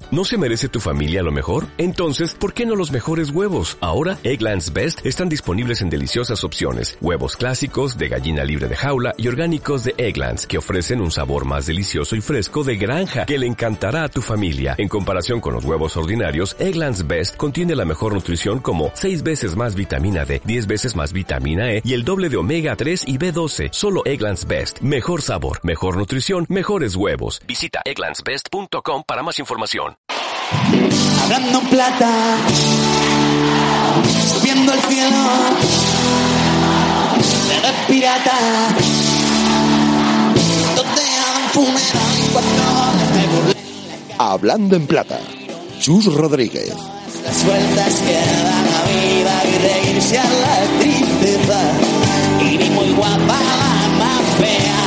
¿No se merece tu familia lo mejor? Entonces, ¿por qué no los mejores huevos? Ahora, Eggland's Best están disponibles en deliciosas opciones. Huevos clásicos, de gallina libre de jaula y orgánicos de Eggland's, que ofrecen un sabor más delicioso y fresco de granja, que le encantará a tu familia. En comparación con los huevos ordinarios, Eggland's Best contiene la mejor nutrición como 6 veces más vitamina D, 10 veces más vitamina E y el doble de omega 3 y B12. Solo Eggland's Best. Mejor sabor, mejor nutrición, mejores huevos. Visita egglandsbest.com para más información. Hablando en plata, subiendo al cielo, de pirata, donde hagan funeral y 4 horas de burlesque. Hablando en plata, Chus Rodríguez. Las vueltas que da la vida y reírse a la tristeza, y ni muy guapa la más fea,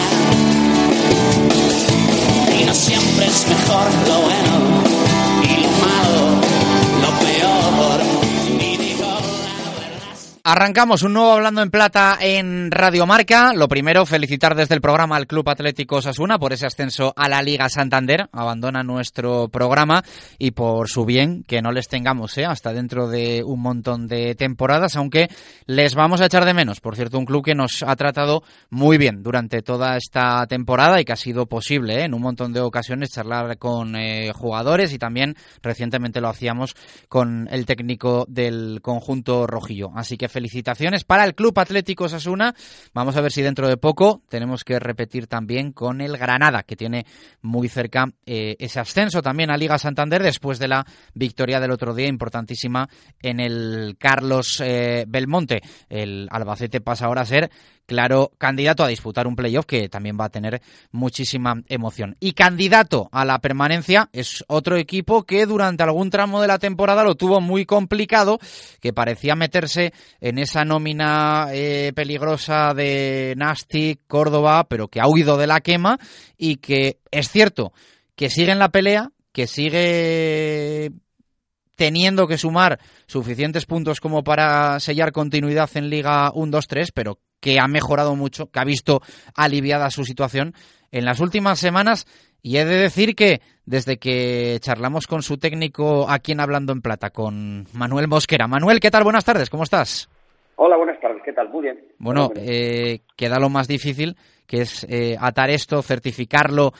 y no siempre es mejor lo bueno y lo malo, lo peor, y digo la verdad. Arrancamos un nuevo Hablando en Plata en Radio Marca. Lo primero, felicitar desde el programa al Club Atlético Osasuna por ese ascenso a la Liga Santander. Abandona nuestro programa y por su bien, que no les tengamos hasta dentro de un montón de temporadas, aunque les vamos a echar de menos. Por cierto, un club que nos ha tratado muy bien durante toda esta temporada y que ha sido posible en un montón de ocasiones charlar con jugadores, y también recientemente lo hacíamos con el técnico del conjunto rojillo. Así que felicitaciones para el Club Atlético Osasuna. Vamos a ver si dentro de poco tenemos que repetir también con el Granada, que tiene muy cerca ese ascenso también a Liga Santander después de la victoria del otro día, importantísima, en el Carlos Belmonte. El Albacete pasa ahora a ser claro candidato a disputar un playoff que también va a tener muchísima emoción. Y candidato a la permanencia es otro equipo que durante algún tramo de la temporada lo tuvo muy complicado, que parecía meterse en esa nómina peligrosa de Nastic, Córdoba, pero que ha huido de la quema y que es cierto que sigue en la pelea, que sigue teniendo que sumar suficientes puntos como para sellar continuidad en Liga 1-2-3, pero que ha mejorado mucho, que ha visto aliviada su situación en las últimas semanas. Y he de decir que desde que charlamos con su técnico aquí en Hablando en Plata, con Manuel Mosquera. Manuel, ¿qué tal? Buenas tardes, ¿cómo estás? Hola, buenas tardes, ¿qué tal? Muy bien. Bueno, queda lo más difícil, que es atar esto, certificarlo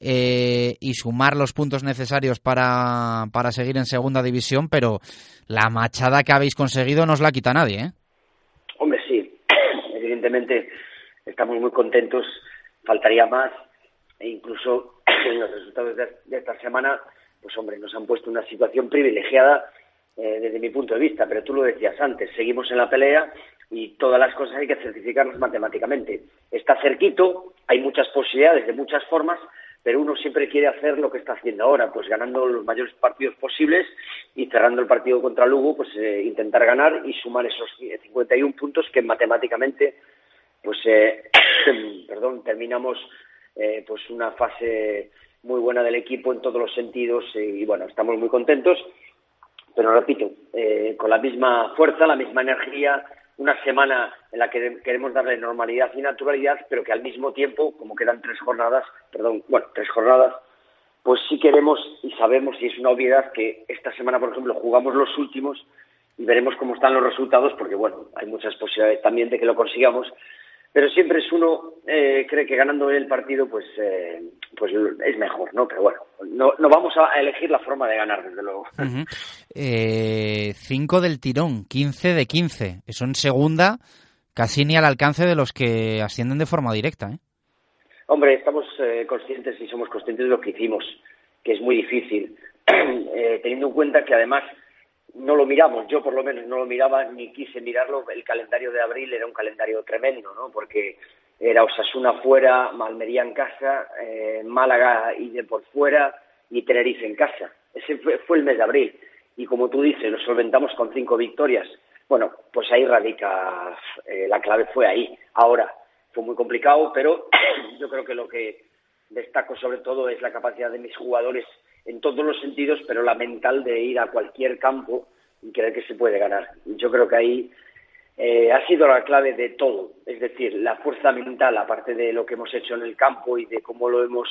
y sumar los puntos necesarios para seguir en segunda división, pero la machada que habéis conseguido no os la quita nadie, ¿eh? Hombre, sí, evidentemente estamos muy contentos, faltaría más, e incluso los resultados de esta semana, pues hombre, nos han puesto en una situación privilegiada desde mi punto de vista, pero tú lo decías antes, seguimos en la pelea y todas las cosas hay que certificarlas matemáticamente. Está cerquito, hay muchas posibilidades de muchas formas, pero uno siempre quiere hacer lo que está haciendo ahora, pues ganando los mayores partidos posibles y cerrando el partido contra Lugo, pues intentar ganar y sumar esos 51 puntos que matemáticamente, pues terminamos pues una fase muy buena del equipo en todos los sentidos y bueno, estamos muy contentos, pero repito, con la misma fuerza, la misma energía, una semana en la que queremos darle normalidad y naturalidad, pero que al mismo tiempo, como quedan 3 jornadas, pues sí queremos y sabemos, y es una obviedad, que esta semana, por ejemplo, jugamos los últimos y veremos cómo están los resultados, porque bueno, hay muchas posibilidades también de que lo consigamos, pero siempre es uno cree que ganando el partido pues es mejor, ¿no? Pero bueno, no vamos a elegir la forma de ganar, desde luego. 5 del tirón, 15 de 15. Eso en segunda casi ni al alcance de los que ascienden de forma directa, ¿eh? Hombre, estamos conscientes y somos conscientes de lo que hicimos, que es muy difícil, teniendo en cuenta que además no lo miramos, yo por lo menos no lo miraba ni quise mirarlo. El calendario de abril era un calendario tremendo, ¿no? Porque era Osasuna fuera, Almería en casa, Málaga y de por fuera y Tenerife en casa. Ese fue el mes de abril y como tú dices, lo solventamos con 5 victorias. Bueno, pues ahí radica, la clave fue ahí. Ahora, fue muy complicado, pero yo creo que lo que destaco sobre todo es la capacidad de mis jugadores en todos los sentidos, pero la mental de ir a cualquier campo y creer que se puede ganar. Yo creo que ahí ha sido la clave de todo, es decir, la fuerza mental, aparte de lo que hemos hecho en el campo y de cómo lo hemos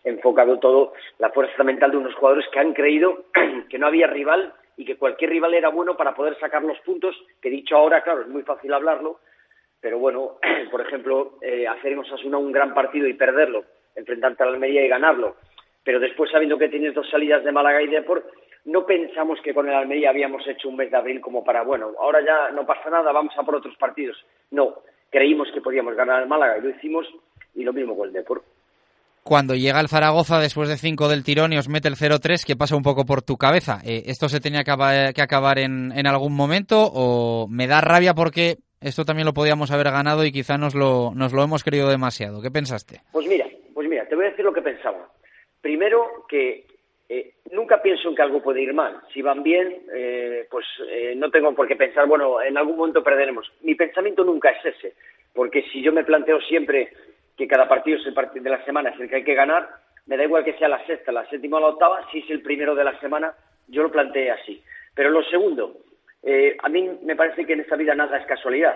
enfocado todo la fuerza mental de unos jugadores que han creído que no había rival y que cualquier rival era bueno para poder sacar los puntos, que dicho ahora, claro, es muy fácil hablarlo, pero bueno, por ejemplo, hacer en Osasuna un gran partido y perderlo, enfrentarte a la Almería y ganarlo, pero después sabiendo que tienes 2 salidas de Málaga y Depor, no pensamos que con el Almería habíamos hecho un mes de abril como para, bueno, ahora ya no pasa nada, vamos a por otros partidos. No, creímos que podíamos ganar al Málaga y lo hicimos, y lo mismo con el Depor. Cuando llega el Zaragoza después de 5 del tirón y os mete el 0-3, ¿qué pasa un poco por tu cabeza? ¿Esto se tenía que acabar en algún momento o me da rabia porque esto también lo podíamos haber ganado y quizá nos lo hemos creído demasiado? ¿Qué pensaste? Pues mira, te voy a decir lo que pensaba. Primero que nunca pienso en que algo puede ir mal. Si van bien, no tengo por qué pensar, bueno, en algún momento perderemos. Mi pensamiento nunca es ese, porque si yo me planteo siempre que cada partido es el partido de la semana, es el que hay que ganar, me da igual que sea la sexta, la séptima o la octava, si es el primero de la semana, yo lo planteé así. Pero lo segundo, a mí me parece que en esta vida nada es casualidad,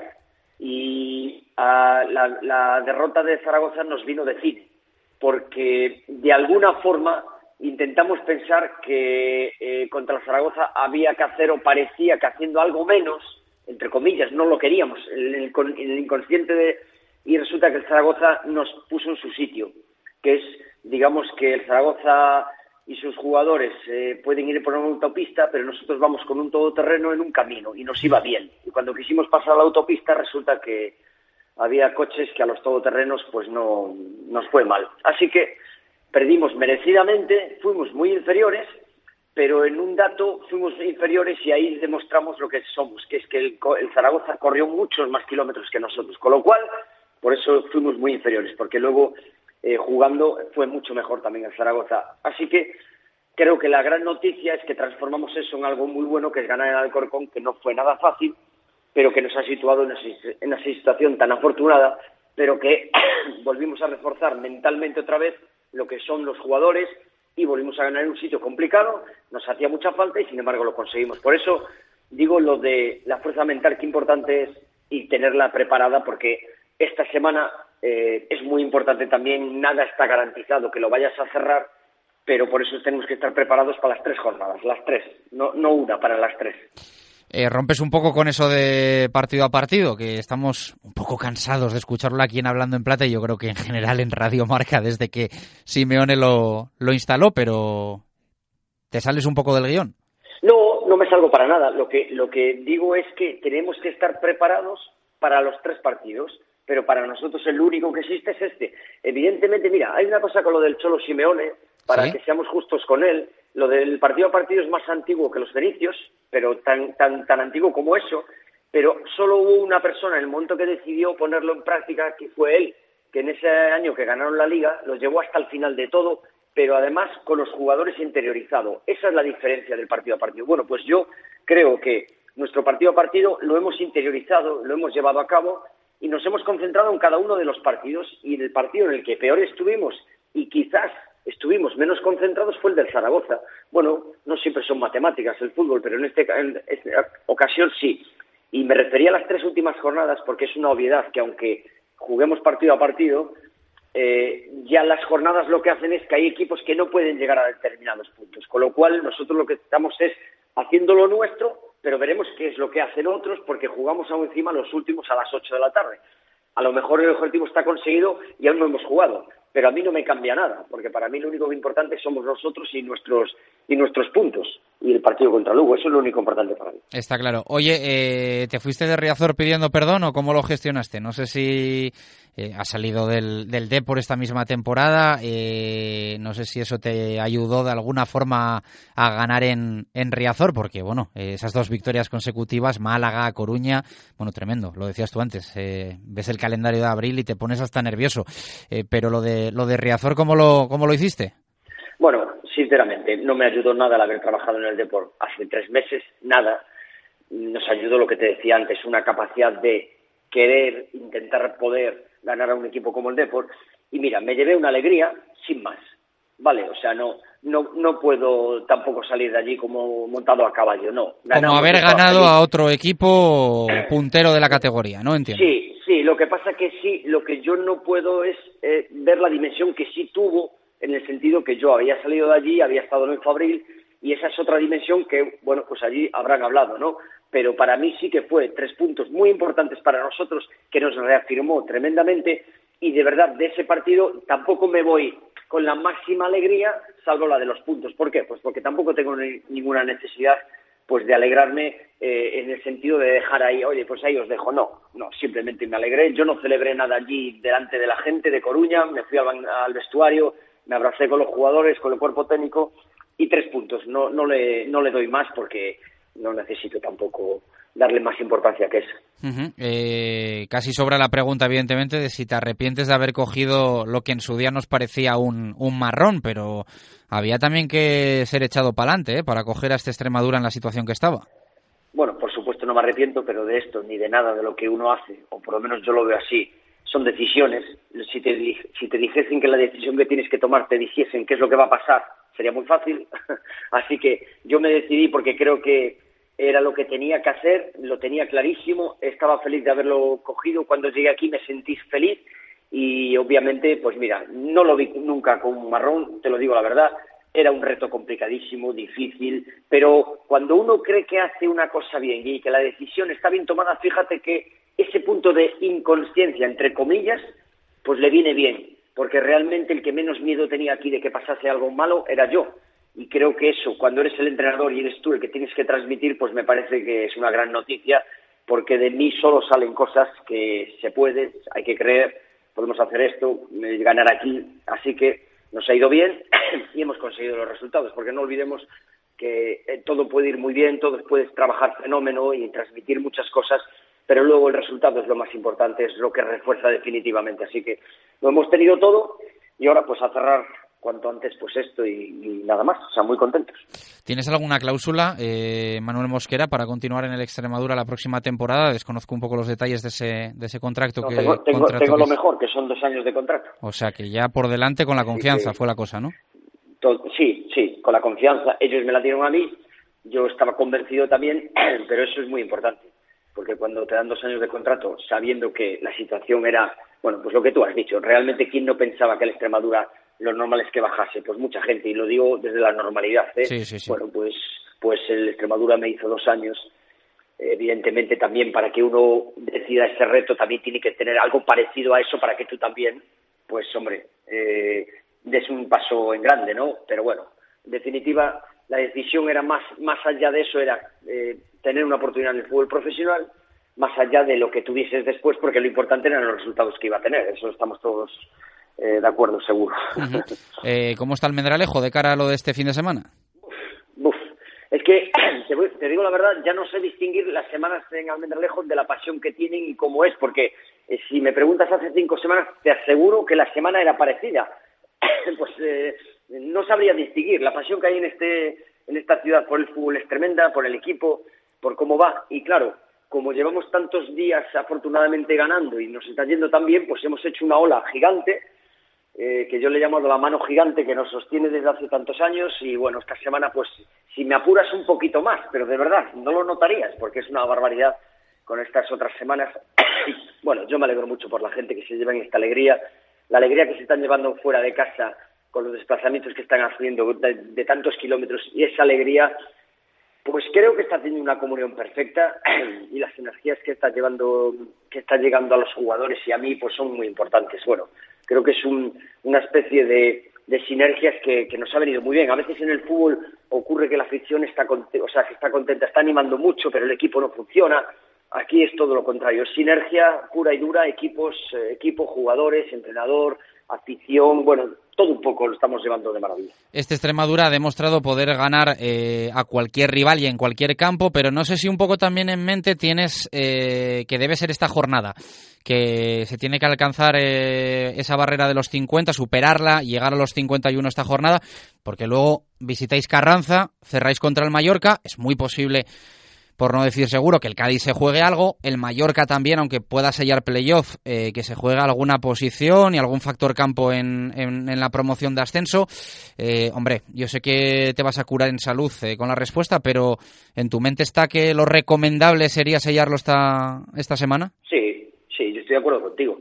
y la derrota de Zaragoza nos vino de cine, porque de alguna forma intentamos pensar que contra Zaragoza había que hacer, o parecía que haciendo algo menos, entre comillas, no lo queríamos, en el inconsciente y resulta que el Zaragoza nos puso en su sitio, que es, digamos, que el Zaragoza y sus jugadores pueden ir por una autopista, pero nosotros vamos con un todoterreno en un camino, y nos iba bien. Y cuando quisimos pasar la autopista resulta que había coches que a los todoterrenos pues no nos fue mal. Así que perdimos merecidamente, fuimos muy inferiores, pero en un dato fuimos inferiores y ahí demostramos lo que somos, que es que el Zaragoza corrió muchos más kilómetros que nosotros, con lo cual por eso fuimos muy inferiores, porque luego jugando fue mucho mejor también el Zaragoza. Así que creo que la gran noticia es que transformamos eso en algo muy bueno, que es ganar en Alcorcón, que no fue nada fácil, pero que nos ha situado en esa situación tan afortunada, pero que volvimos a reforzar mentalmente otra vez lo que son los jugadores y volvimos a ganar en un sitio complicado, nos hacía mucha falta y sin embargo lo conseguimos. Por eso digo lo de la fuerza mental, qué importante es y tenerla preparada, porque esta semana es muy importante también, nada está garantizado que lo vayas a cerrar, pero por eso tenemos que estar preparados para las 3 jornadas, las 3, no una, para las 3. Rompes un poco con eso de partido a partido, que estamos un poco cansados de escucharlo aquí en Hablando en Plata, y yo creo que en general en Radio Marca desde que Simeone lo instaló, pero ¿te sales un poco del guión? No me salgo para nada. Lo que digo es que tenemos que estar preparados para los 3 partidos, pero para nosotros el único que existe es este. Evidentemente, mira, hay una cosa con lo del Cholo Simeone, para ¿sí? que seamos justos con él. Lo del partido a partido es más antiguo que los Fenicios, pero tan antiguo como eso, pero solo hubo una persona en el momento que decidió ponerlo en práctica, que fue él, que en ese año que ganaron la Liga los llevó hasta el final de todo, pero además con los jugadores interiorizados. Esa es la diferencia del partido a partido. Bueno, pues yo creo que nuestro partido a partido lo hemos interiorizado, lo hemos llevado a cabo y nos hemos concentrado en cada uno de los partidos, y en el partido en el que peor estuvimos y quizás estuvimos menos concentrados fue el del Zaragoza. Bueno, no siempre son matemáticas el fútbol, pero en esta ocasión sí. Y me refería a las 3 últimas jornadas porque es una obviedad que aunque juguemos partido a partido, ya las jornadas lo que hacen es que hay equipos que no pueden llegar a determinados puntos. Con lo cual nosotros lo que estamos es haciendo lo nuestro, pero veremos qué es lo que hacen otros, porque jugamos aún encima los últimos a las 8 de la tarde. A lo mejor el objetivo está conseguido y aún no hemos jugado, pero a mí no me cambia nada, porque para mí lo único importante somos nosotros y nuestros puntos, y el partido contra Lugo, eso es lo único importante para mí. Está claro. Oye, ¿te fuiste de Riazor pidiendo perdón o cómo lo gestionaste? No sé si has salido del Depor esta misma temporada, no sé si eso te ayudó de alguna forma a ganar en Riazor, porque bueno, esas 2 victorias consecutivas, Málaga, Coruña, bueno, tremendo, lo decías tú antes, ves el calendario de abril y te pones hasta nervioso, pero lo de Riazor, ¿cómo lo hiciste? Bueno, sinceramente, no me ayudó nada el haber trabajado en el Depor hace 3 meses, nada. Nos ayudó lo que te decía antes, una capacidad de querer, intentar poder ganar a un equipo como el Depor. Y mira, me llevé una alegría sin más, ¿vale? O sea, no puedo tampoco salir de allí como montado a caballo, no. Como haber ganado a otro equipo puntero de la categoría, ¿no? Entiendo. Sí, lo que pasa que sí, lo que yo no puedo es ver la dimensión que sí tuvo en el sentido que yo había salido de allí, había estado en Fabril, y esa es otra dimensión que, bueno, pues allí habrán hablado, ¿no? Pero para mí sí que fue 3 puntos muy importantes para nosotros, que nos reafirmó tremendamente, y de verdad, de ese partido tampoco me voy con la máxima alegría, salvo la de los puntos. ¿Por qué? Pues porque tampoco tengo ninguna necesidad pues de alegrarme en el sentido de dejar ahí, oye, pues ahí os dejo. No, simplemente me alegré. Yo no celebré nada allí delante de la gente de Coruña, me fui al vestuario, me abracé con los jugadores, con el cuerpo técnico, y 3 puntos. No le doy más porque no necesito tampoco darle más importancia que eso. Casi sobra la pregunta, evidentemente, de si te arrepientes de haber cogido lo que en su día nos parecía un marrón, pero había también que ser echado para adelante, para coger a este Extremadura en la situación que estaba. Bueno, por supuesto no me arrepiento, pero de esto ni de nada de lo que uno hace, o por lo menos yo lo veo así, son decisiones. Si te dijesen que la decisión que tienes que tomar te dijesen qué es lo que va a pasar, sería muy fácil. Así que yo me decidí porque creo que era lo que tenía que hacer, lo tenía clarísimo, estaba feliz de haberlo cogido. Cuando llegué aquí me sentí feliz y obviamente, pues mira, no lo vi nunca con un marrón, te lo digo la verdad, era un reto complicadísimo, difícil, pero cuando uno cree que hace una cosa bien y que la decisión está bien tomada, fíjate que ese punto de inconsciencia, entre comillas, pues le viene bien, porque realmente el que menos miedo tenía aquí de que pasase algo malo era yo. Y creo que eso, cuando eres el entrenador y eres tú el que tienes que transmitir, pues me parece que es una gran noticia, porque de mí solo salen cosas que se puede, hay que creer, podemos hacer esto, ganar aquí. Así que nos ha ido bien y hemos conseguido los resultados, porque no olvidemos que todo puede ir muy bien, todo puedes trabajar fenómeno y transmitir muchas cosas, pero luego el resultado es lo más importante, es lo que refuerza definitivamente. Así que lo hemos tenido todo y ahora pues a cerrar cuanto antes pues esto y nada más, o sea, muy contentos. ¿Tienes alguna cláusula, Manuel Mosquera, para continuar en el Extremadura la próxima temporada? Desconozco un poco los detalles de ese contrato. No, tengo lo mejor, que son 2 años de contrato. O sea, que ya por delante con la confianza fue la cosa, ¿no? Sí, con la confianza. Ellos me la dieron a mí, yo estaba convencido también, pero eso es muy importante, porque cuando te dan 2 años de contrato, sabiendo que la situación era, bueno, pues lo que tú has dicho, realmente ¿quién no pensaba que el Extremadura lo normal es que bajase? Pues mucha gente, y lo digo desde la normalidad, ¿eh? Sí. Bueno, pues el Extremadura me hizo 2 años. Evidentemente también para que uno decida ese reto también tiene que tener algo parecido a eso para que tú también, pues hombre, des un paso en grande, ¿no? Pero bueno, en definitiva, la decisión era más allá de eso, era tener una oportunidad en el fútbol profesional, más allá de lo que tuvieses después, porque lo importante eran los resultados que iba a tener. Eso estamos todos de acuerdo, seguro. ¿Cómo está Almendralejo de cara a lo de este fin de semana? Es que, te digo la verdad, ya no sé distinguir las semanas en Almendralejo de la pasión que tienen y cómo es, porque si me preguntas hace 5 semanas, te aseguro que la semana era parecida. Pues no sabría distinguir. La pasión que hay en esta ciudad por el fútbol es tremenda, por el equipo, por cómo va. Y claro, como llevamos tantos días afortunadamente ganando y nos está yendo tan bien, pues hemos hecho una ola gigante, que yo le he llamado la mano gigante, que nos sostiene desde hace tantos años. Y bueno, esta semana pues si me apuras un poquito más, pero de verdad no lo notarías porque es una barbaridad con estas otras semanas. Bueno, yo me alegro mucho por la gente que se lleva en esta alegría, la alegría que se están llevando fuera de casa con los desplazamientos que están haciendo de tantos kilómetros, y esa alegría pues creo que está teniendo una comunión perfecta, y las energías que está llegando a los jugadores y a mí pues son muy importantes. Bueno, creo que es una especie de sinergias que nos ha venido muy bien. A veces en el fútbol ocurre que la afición que está contenta, está animando mucho, pero el equipo no funciona. Aquí es todo lo contrario, es sinergia pura y dura, equipo, jugadores, entrenador, afición, bueno, todo un poco lo estamos llevando de maravilla. Este Extremadura ha demostrado poder ganar a cualquier rival y en cualquier campo, pero no sé si un poco también en mente tienes que debe ser esta jornada, que se tiene que alcanzar esa barrera de los 50, superarla, llegar a los 51 esta jornada, porque luego visitáis Carranza, cerráis contra el Mallorca, es muy posible, por no decir seguro, que el Cádiz se juegue algo, el Mallorca también, aunque pueda sellar playoff, que se juegue alguna posición y algún factor campo en la promoción de ascenso. Hombre, yo sé que te vas a curar en salud con la respuesta, pero ¿en tu mente está que lo recomendable sería sellarlo esta semana? Sí, yo estoy de acuerdo contigo.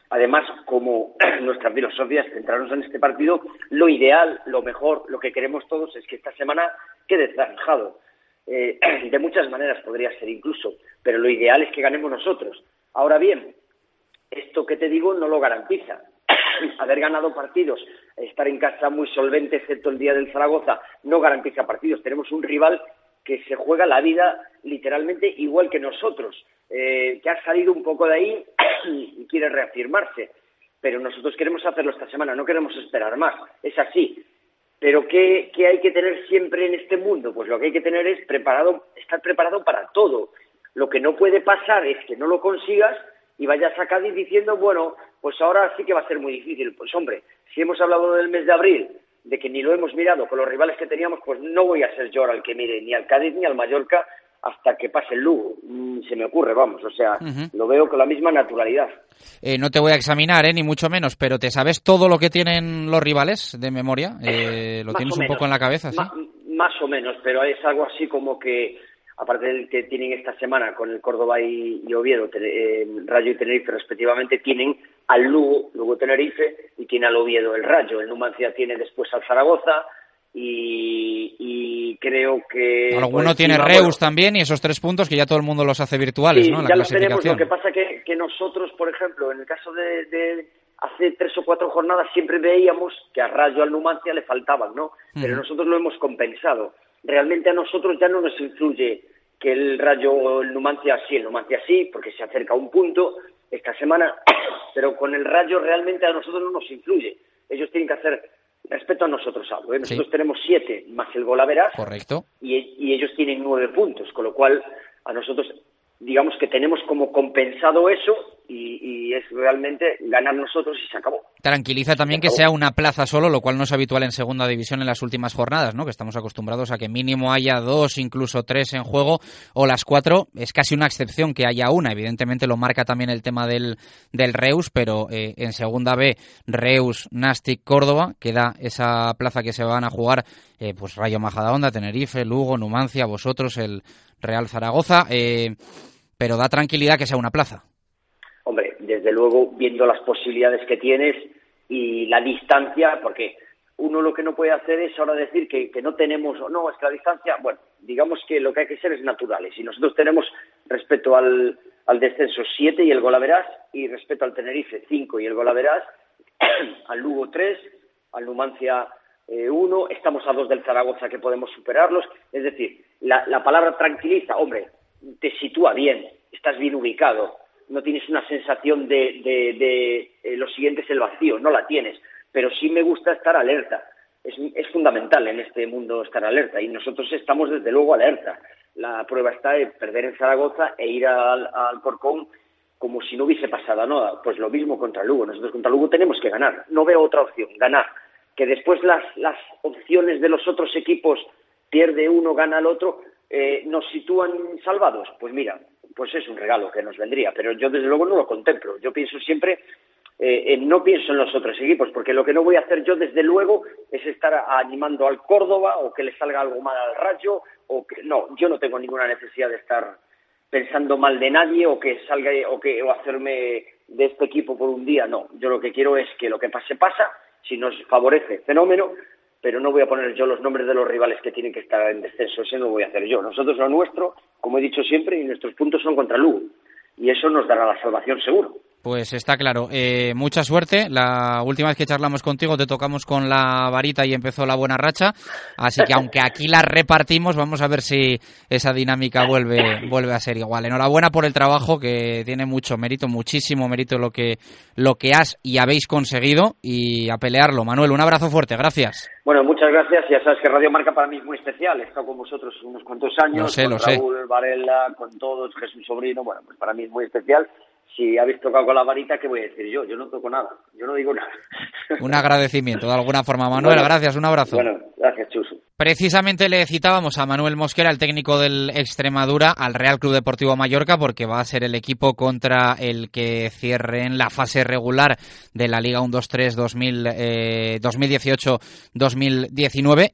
Además, como nuestra filosofía es centrarnos en este partido, lo ideal, lo mejor, lo que queremos todos es que esta semana quede zanjado. De muchas maneras podría ser incluso, pero lo ideal es que ganemos nosotros. Ahora bien, esto que te digo no lo garantiza. Haber ganado partidos, estar en casa muy solvente, excepto el día del Zaragoza, no garantiza partidos. Tenemos un rival que se juega la vida literalmente igual que nosotros, que ha salido un poco de ahí y quiere reafirmarse. Pero nosotros queremos hacerlo esta semana, no queremos esperar más. Es así. Pero ¿qué hay que tener siempre en este mundo? Pues lo que hay que tener es estar preparado para todo. Lo que no puede pasar es que no lo consigas y vayas a Cádiz diciendo, bueno, pues ahora sí que va a ser muy difícil. Pues hombre, si hemos hablado del mes de abril, de que ni lo hemos mirado con los rivales que teníamos, pues no voy a ser yo ahora el que mire ni al Cádiz ni al Mallorca hasta que pase el Lugo. Se me ocurre, vamos, o sea, lo veo con la misma naturalidad. No te voy a examinar, ni mucho menos, pero ¿te sabes todo lo que tienen los rivales de memoria? ¿Lo tienes un poco en la cabeza? ¿Sí? Más o menos, pero es algo así como que, aparte del que tienen esta semana con el Córdoba y Oviedo, Rayo y Tenerife respectivamente, tienen al Lugo Tenerife, y tiene al Oviedo el Rayo. El Numancia tiene después al Zaragoza, y creo que... Alguno tiene Reus también, y esos 3 puntos que ya todo el mundo los hace virtuales, sí, ¿no? En la ya clasificación. Los tenemos. Lo que pasa que nosotros, por ejemplo, en el caso de hace 3 o 4 jornadas, siempre veíamos que a Rayo, al Numancia le faltaban, ¿no? Pero nosotros lo hemos compensado. Realmente a nosotros ya no nos influye que el Rayo o el Numancia sí, porque se acerca a un punto esta semana, pero con el Rayo realmente a nosotros no nos influye. Ellos tienen que hacer respecto a nosotros algo, ¿eh? Nosotros tenemos 7 más el golaveras. Correcto. Y ellos tienen 9 puntos, con lo cual a nosotros, digamos que tenemos como compensado eso, y es realmente ganar nosotros y se acabó. Tranquiliza también que sea una plaza solo, lo cual no es habitual en segunda división en las últimas jornadas, ¿no? Que estamos acostumbrados a que mínimo haya 2, incluso 3 en juego, o las 4. Es casi una excepción que haya una. Evidentemente lo marca también el tema del Reus, pero en segunda B, Reus, Nastic, Córdoba, queda esa plaza que se van a jugar, pues Rayo Majadahonda, Tenerife, Lugo, Numancia, vosotros, el Real Zaragoza, pero da tranquilidad que sea una plaza. Hombre, desde luego, viendo las posibilidades que tienes y la distancia, porque uno lo que no puede hacer es ahora decir que no tenemos, o no, es que la distancia, bueno, digamos que lo que hay que ser es naturales, y nosotros tenemos respecto al descenso 7 y el golaveras, y respecto al Tenerife 5 y el golaveras, al Lugo 3, al Numancia 1, estamos a 2 del Zaragoza que podemos superarlos. Es decir, la palabra tranquiliza, hombre, te sitúa bien, estás bien ubicado, no tienes una sensación de lo siguiente es el vacío, no la tienes, pero sí me gusta estar alerta. Es fundamental en este mundo estar alerta, y nosotros estamos desde luego alerta. La prueba está de perder en Zaragoza e ir al Corcón como si no hubiese pasado nada. Pues lo mismo contra Lugo. Nosotros contra Lugo tenemos que ganar, no veo otra opción, ganar. Que después las opciones de los otros equipos, pierde uno, gana el otro, nos sitúan salvados. Pues mira, pues es un regalo que nos vendría, pero yo desde luego no lo contemplo. Yo pienso siempre, no pienso en los otros equipos, porque lo que no voy a hacer yo desde luego es estar animando al Córdoba, o que le salga algo mal al Rayo, o que no, yo no tengo ninguna necesidad de estar pensando mal de nadie, o que salga o hacerme de este equipo por un día. No, yo lo que quiero es que lo que pase pasa. Si nos favorece, fenómeno, pero no voy a poner yo los nombres de los rivales que tienen que estar en descenso, eso no lo voy a hacer yo. Nosotros lo nuestro, como he dicho siempre, y nuestros puntos son contra Lugo, y eso nos dará la salvación seguro. Pues está claro. Mucha suerte. La última vez que charlamos contigo te tocamos con la varita y empezó la buena racha, así que aunque aquí la repartimos, vamos a ver si esa dinámica vuelve a ser igual. Enhorabuena por el trabajo, que tiene mucho mérito, muchísimo mérito lo que has y habéis conseguido, y a pelearlo. Manuel, un abrazo fuerte, gracias. Bueno, muchas gracias. Ya sabes que Radio Marca para mí es muy especial. He estado con vosotros unos cuantos años, lo sé. Raúl, Varela, con todos, Jesús Sobrino. Bueno, pues para mí es muy especial. Si habéis tocado con la varita, ¿qué voy a decir yo? Yo no toco nada, yo no digo nada. Un agradecimiento de alguna forma. Manuel, bueno, gracias, un abrazo. Bueno, gracias, Chuso. Precisamente le citábamos a Manuel Mosquera, el técnico del Extremadura, al Real Club Deportivo Mallorca, porque va a ser el equipo contra el que cierre en la fase regular de la Liga 1-2-3 2018-2019, y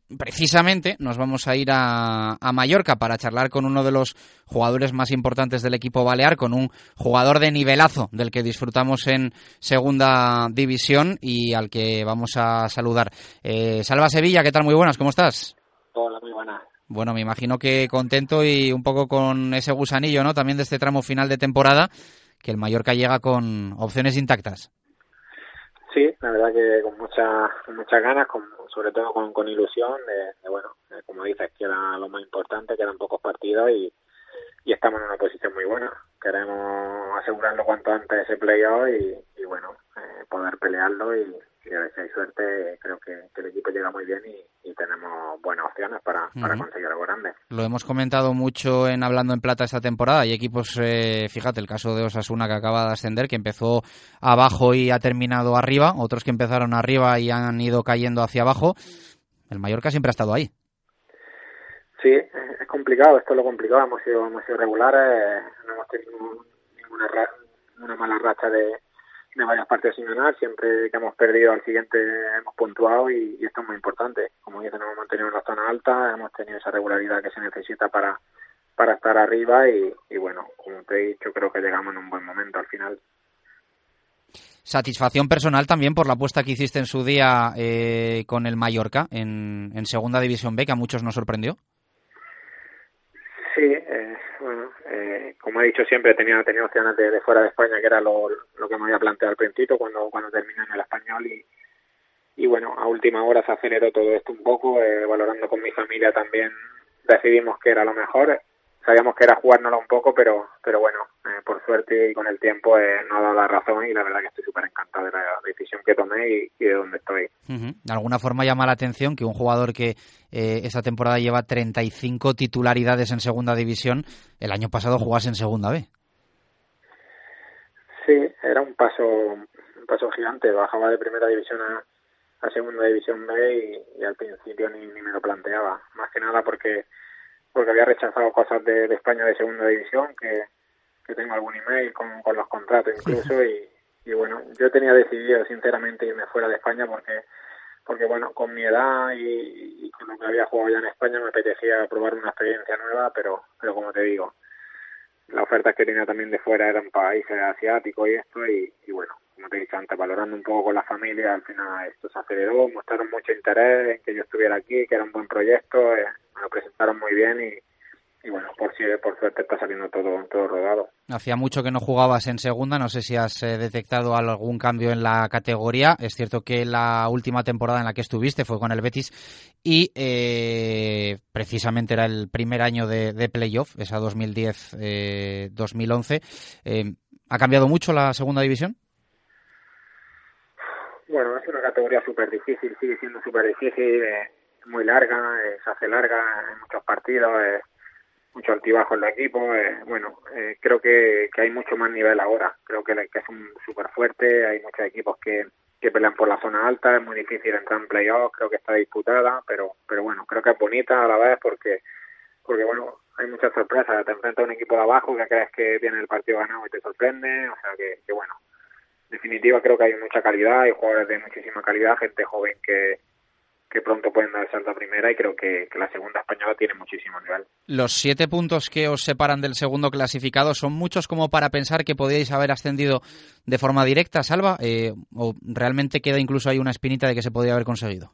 precisamente nos vamos a ir a Mallorca para charlar con uno de los jugadores más importantes del equipo balear, con un jugador de nivelazo del que disfrutamos en segunda división y al que vamos a saludar. Salva Sevilla, ¿qué tal? Muy buenas, ¿cómo estás? Hola, muy buenas. Bueno, me imagino que contento y un poco con ese gusanillo, ¿no? También de este tramo final de temporada, que el Mallorca llega con opciones intactas. Sí, la verdad que con muchas ganas, sobre todo con ilusión, como dices, que era lo más importante, quedan pocos partidos y estamos en una posición muy buena. Queremos asegurarlo cuanto antes ese playoff y poder pelearlo y a ver si hay suerte. Creo que el equipo llega muy bien y tenemos buenas opciones para conseguir algo grande. Lo hemos comentado mucho en Hablando en Plata esta temporada. Hay equipos, fíjate, el caso de Osasuna, que acaba de ascender, que empezó abajo y ha terminado arriba, otros que empezaron arriba y han ido cayendo hacia abajo. El Mallorca siempre ha estado ahí. Sí, es complicado, esto es lo complicado. Hemos sido regulares, no hemos tenido una mala racha de varios partidos sin ganar. Siempre que hemos perdido al siguiente hemos puntuado y esto es muy importante. Como dicen, nos hemos mantenido en la zona alta, hemos tenido esa regularidad que se necesita para estar arriba y como te he dicho, creo que llegamos en un buen momento al final. Satisfacción personal también por la apuesta que hiciste en su día con el Mallorca en Segunda División B, que a muchos nos sorprendió. Sí, como he dicho siempre, tenía opciones de fuera de España, que era lo que me había planteado al principio cuando terminé en el Español y a última hora se aceleró todo esto un poco, valorando con mi familia también decidimos que era lo mejor. Sabíamos que era jugárnoslo un poco, pero por suerte y con el tiempo nos ha dado la razón y la verdad que estoy súper encantado de la decisión que tomé y de dónde estoy. De alguna forma llama la atención que un jugador que esta temporada lleva 35 titularidades en Segunda División, el año pasado jugase en Segunda B. Sí, era un paso gigante. Bajaba de Primera División a Segunda División B y al principio ni me lo planteaba. Más que nada porque había rechazado cosas de España de Segunda División, que tengo algún email con los contratos incluso y yo tenía decidido sinceramente irme fuera de España porque con mi edad y con lo que había jugado ya en España me apetecía probar una experiencia nueva, pero como te digo, las ofertas que tenía también de fuera eran países asiáticos y esto como te he dicho antes, valorando un poco con la familia, al final esto se aceleró, mostraron mucho interés en que yo estuviera aquí, que era un buen proyecto, me lo presentaron muy bien y por suerte está saliendo todo rodado. Hacía mucho que no jugabas en segunda, no sé si has detectado algún cambio en la categoría. Es cierto que la última temporada en la que estuviste fue con el Betis y precisamente era el primer año de playoff, esa 2010-2011. ¿Ha cambiado mucho la segunda división? Bueno, es una categoría súper difícil, sigue siendo súper difícil, muy larga, se hace larga en muchos partidos, mucho altibajo en el equipo. Creo que hay mucho más nivel ahora. Creo que es un súper fuerte. Hay muchos equipos que pelean por la zona alta. Es muy difícil entrar en playoffs. Creo que está disputada, pero creo que es bonita a la vez porque hay muchas sorpresas. Te enfrentas a un equipo de abajo que crees que tiene el partido ganado y te sorprende. O sea que en definitiva creo que hay mucha calidad. Hay jugadores de muchísima calidad, gente joven que pronto pueden dar el salto a primera y creo que la segunda española tiene muchísimo nivel. Los 7 puntos que os separan del segundo clasificado son muchos como para pensar que podíais haber ascendido de forma directa, Salva, o realmente queda incluso ahí una espinita de que se podía haber conseguido.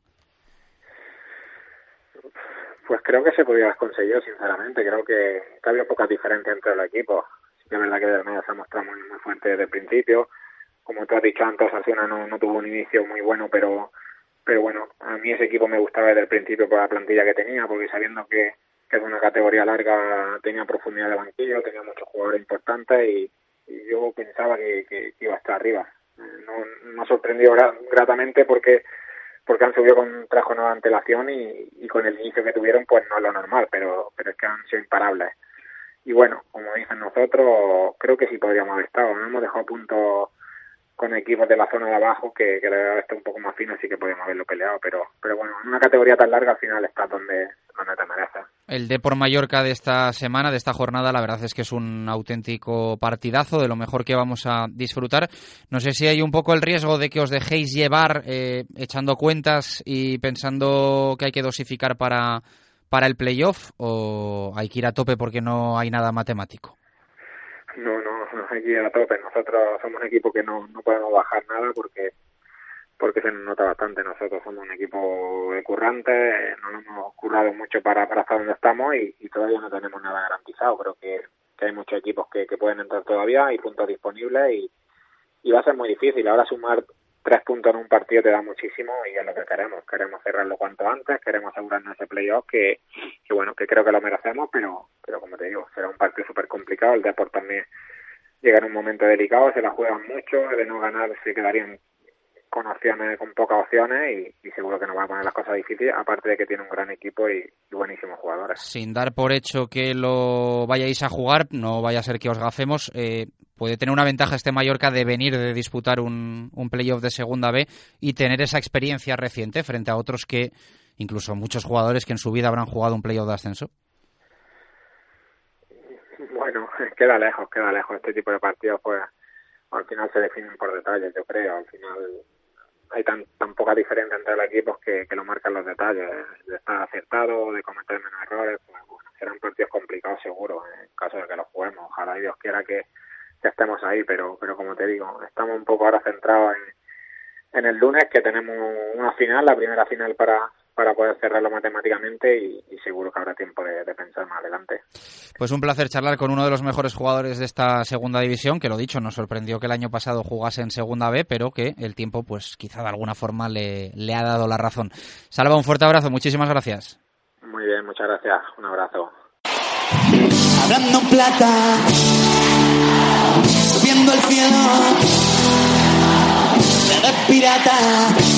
Pues creo que se podía haber conseguido, sinceramente. Creo que había pocas diferencias entre los equipos. Sí que es verdad que Bermeja se ha mostrado muy, muy fuerte desde el principio. Como tú has dicho antes, Osasuna no tuvo un inicio muy bueno, pero a mí ese equipo me gustaba desde el principio por la plantilla que tenía, porque sabiendo que es una categoría larga, tenía profundidad de banquillo, tenía muchos jugadores importantes y yo pensaba que iba a estar arriba. No ha sorprendido gratamente porque han subido con trajo nueva antelación y con el inicio que tuvieron pues no es lo normal, pero es que han sido imparables. Y como dicen nosotros, creo que sí podríamos haber estado. No hemos dejado puntos con equipos de la zona de abajo que la verdad está un poco más fino, así que podemos haberlo peleado, pero bueno, en una categoría tan larga al final estás donde te mereces. El Depor Mallorca de esta semana, de esta jornada, la verdad es que es un auténtico partidazo, de lo mejor que vamos a disfrutar. No sé si hay un poco el riesgo de que os dejéis llevar echando cuentas y pensando que hay que dosificar para el playoff, o hay que ir a tope porque no hay nada matemático. No hay que ir a tope. Nosotros somos un equipo que no podemos bajar nada porque se nos nota bastante. Nosotros somos un equipo de currantes, no nos hemos currado mucho para estar donde estamos y todavía no tenemos nada garantizado. Creo que hay muchos equipos que pueden entrar todavía, hay puntos disponibles y va a ser muy difícil. Ahora sumar 3 puntos en un partido te da muchísimo y es lo que queremos. Queremos cerrarlo cuanto antes, queremos asegurarnos ese playoff que bueno, que creo que lo merecemos, pero como te digo, será un partido súper complicado. El Depor también llega en un momento delicado, se la juegan mucho, de no ganar se quedarían con pocas opciones y seguro que nos va a poner las cosas difíciles, aparte de que tiene un gran equipo y buenísimos jugadores. Sin dar por hecho que lo vayáis a jugar, no vaya a ser que os gafemos, puede tener una ventaja este Mallorca de venir de disputar un playoff de Segunda B y tener esa experiencia reciente frente a otros que, incluso muchos jugadores que en su vida habrán jugado un playoff de ascenso. Bueno, queda lejos este tipo de partidos, pues al final se definen por detalles, yo creo. Al final hay tan poca diferencia entre los equipos que lo marcan los detalles, de estar acertado, de cometer menos errores. Pues bueno, serán partidos complicados seguro en caso de que los juguemos. Ojalá y Dios quiera que estemos ahí, pero como te digo, estamos un poco ahora centrados en el lunes, que tenemos una final, la primera final para poder cerrarlo matemáticamente y seguro que habrá tiempo de pensar más adelante. Pues un placer charlar con uno de los mejores jugadores de esta segunda división, que lo dicho, nos sorprendió que el año pasado jugase en Segunda B, pero que el tiempo pues quizá de alguna forma le ha dado la razón. Salva, un fuerte abrazo, muchísimas gracias. Muy bien, muchas gracias, un abrazo. Hablando en plata, subiendo el cielo, de pirata.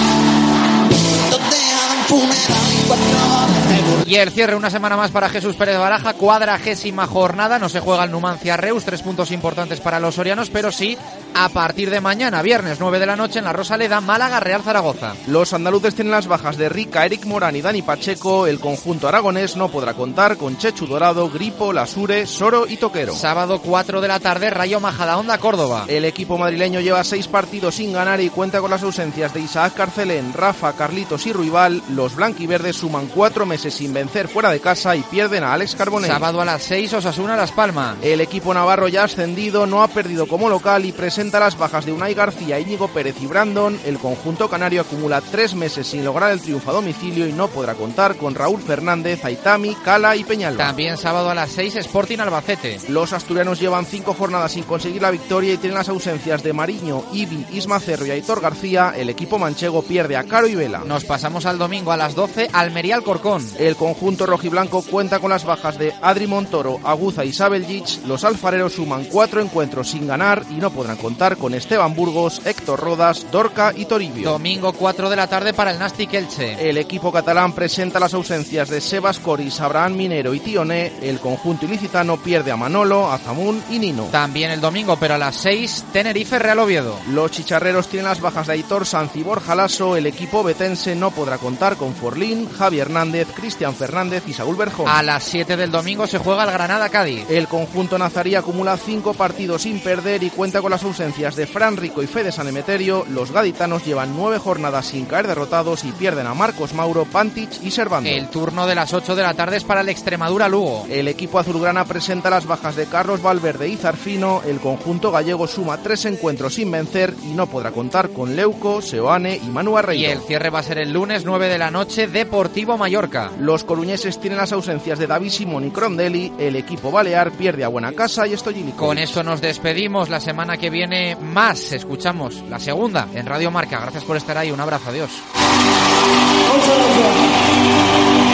Y el cierre, una semana más para Jesús Pérez Baraja, 40ª jornada, no se juega el Numancia Reus, 3 puntos importantes para los sorianos, pero sí a partir de mañana, viernes 9 de la noche en la Rosaleda, Málaga, Real Zaragoza. Los andaluces tienen las bajas de Rica, Eric Morán y Dani Pacheco. El conjunto aragonés no podrá contar con Chechu Dorado, Gripo, Lasure, Soro y Toquero. Sábado 4 de la tarde, Rayo Majadahonda, Córdoba. El equipo madrileño lleva 6 partidos sin ganar y cuenta con las ausencias de Isaac Carcelén, Rafa, Carlitos y Ruibal. Los blanquiverdes suman 4 meses sin vencer fuera de casa y pierden a Alex Carbonell. Sábado a las 6, Osasuna Las Palmas. El equipo navarro ya ascendido no ha perdido como local y presenta las bajas de Unai García, Íñigo Pérez y Brandon. El conjunto canario acumula 3 meses sin lograr el triunfo a domicilio y no podrá contar con Raúl Fernández, Aitami, Cala y Peñalba. También sábado a las 6, Sporting Albacete. Los asturianos llevan 5 jornadas sin conseguir la victoria y tienen las ausencias de Mariño, Ibi, Isma Cerro y Aitor García. El equipo manchego pierde a Caro y Vela. Nos pasamos al domingo a las 12, Almería Alcorcón. El conjunto rojiblanco cuenta con las bajas de Adri Montoro, Aguza y Sabeljic. Los alfareros suman 4 encuentros sin ganar y no podrán contar con Esteban Burgos, Héctor Rodas, Dorca y Toribio. Domingo 4 de la tarde para el Nastic Elche. El equipo catalán presenta las ausencias de Sebas Coris, Abraham Minero y Tioné. El conjunto ilicitano pierde a Manolo, Azamun y Nino. También el domingo, pero a las 6, Tenerife Real Oviedo. Los chicharreros tienen las bajas de Aitor Sanz y Borja Lasso. El equipo betense no podrá contar con Forlín, Javi Hernández, Cristian Fernández y Saúl Berjón. A las 7 del domingo se juega el Granada-Cádiz. El conjunto nazarí acumula 5 partidos sin perder y cuenta con las ausencias de Fran Rico y Fede San Emeterio. Los gaditanos llevan 9 jornadas sin caer derrotados y pierden a Marcos Mauro, Pantic y Servando. El turno de las 8 de la tarde es para el Extremadura-Lugo. El equipo azulgrana presenta las bajas de Carlos Valverde y Zarfino. El conjunto gallego suma 3 encuentros sin vencer y no podrá contar con Leuco, Seoane y Manu Arreiro. Y el cierre va a ser el lunes 9 de la noche, Deportivo Mallorca. Los coruñeses tienen las ausencias de David Simón y Crondelli. El equipo balear pierde a Buenacasa y Stoyilic. Con esto nos despedimos. La semana que viene más. Escuchamos la segunda en Radio Marca. Gracias por estar ahí. Un abrazo. Adiós.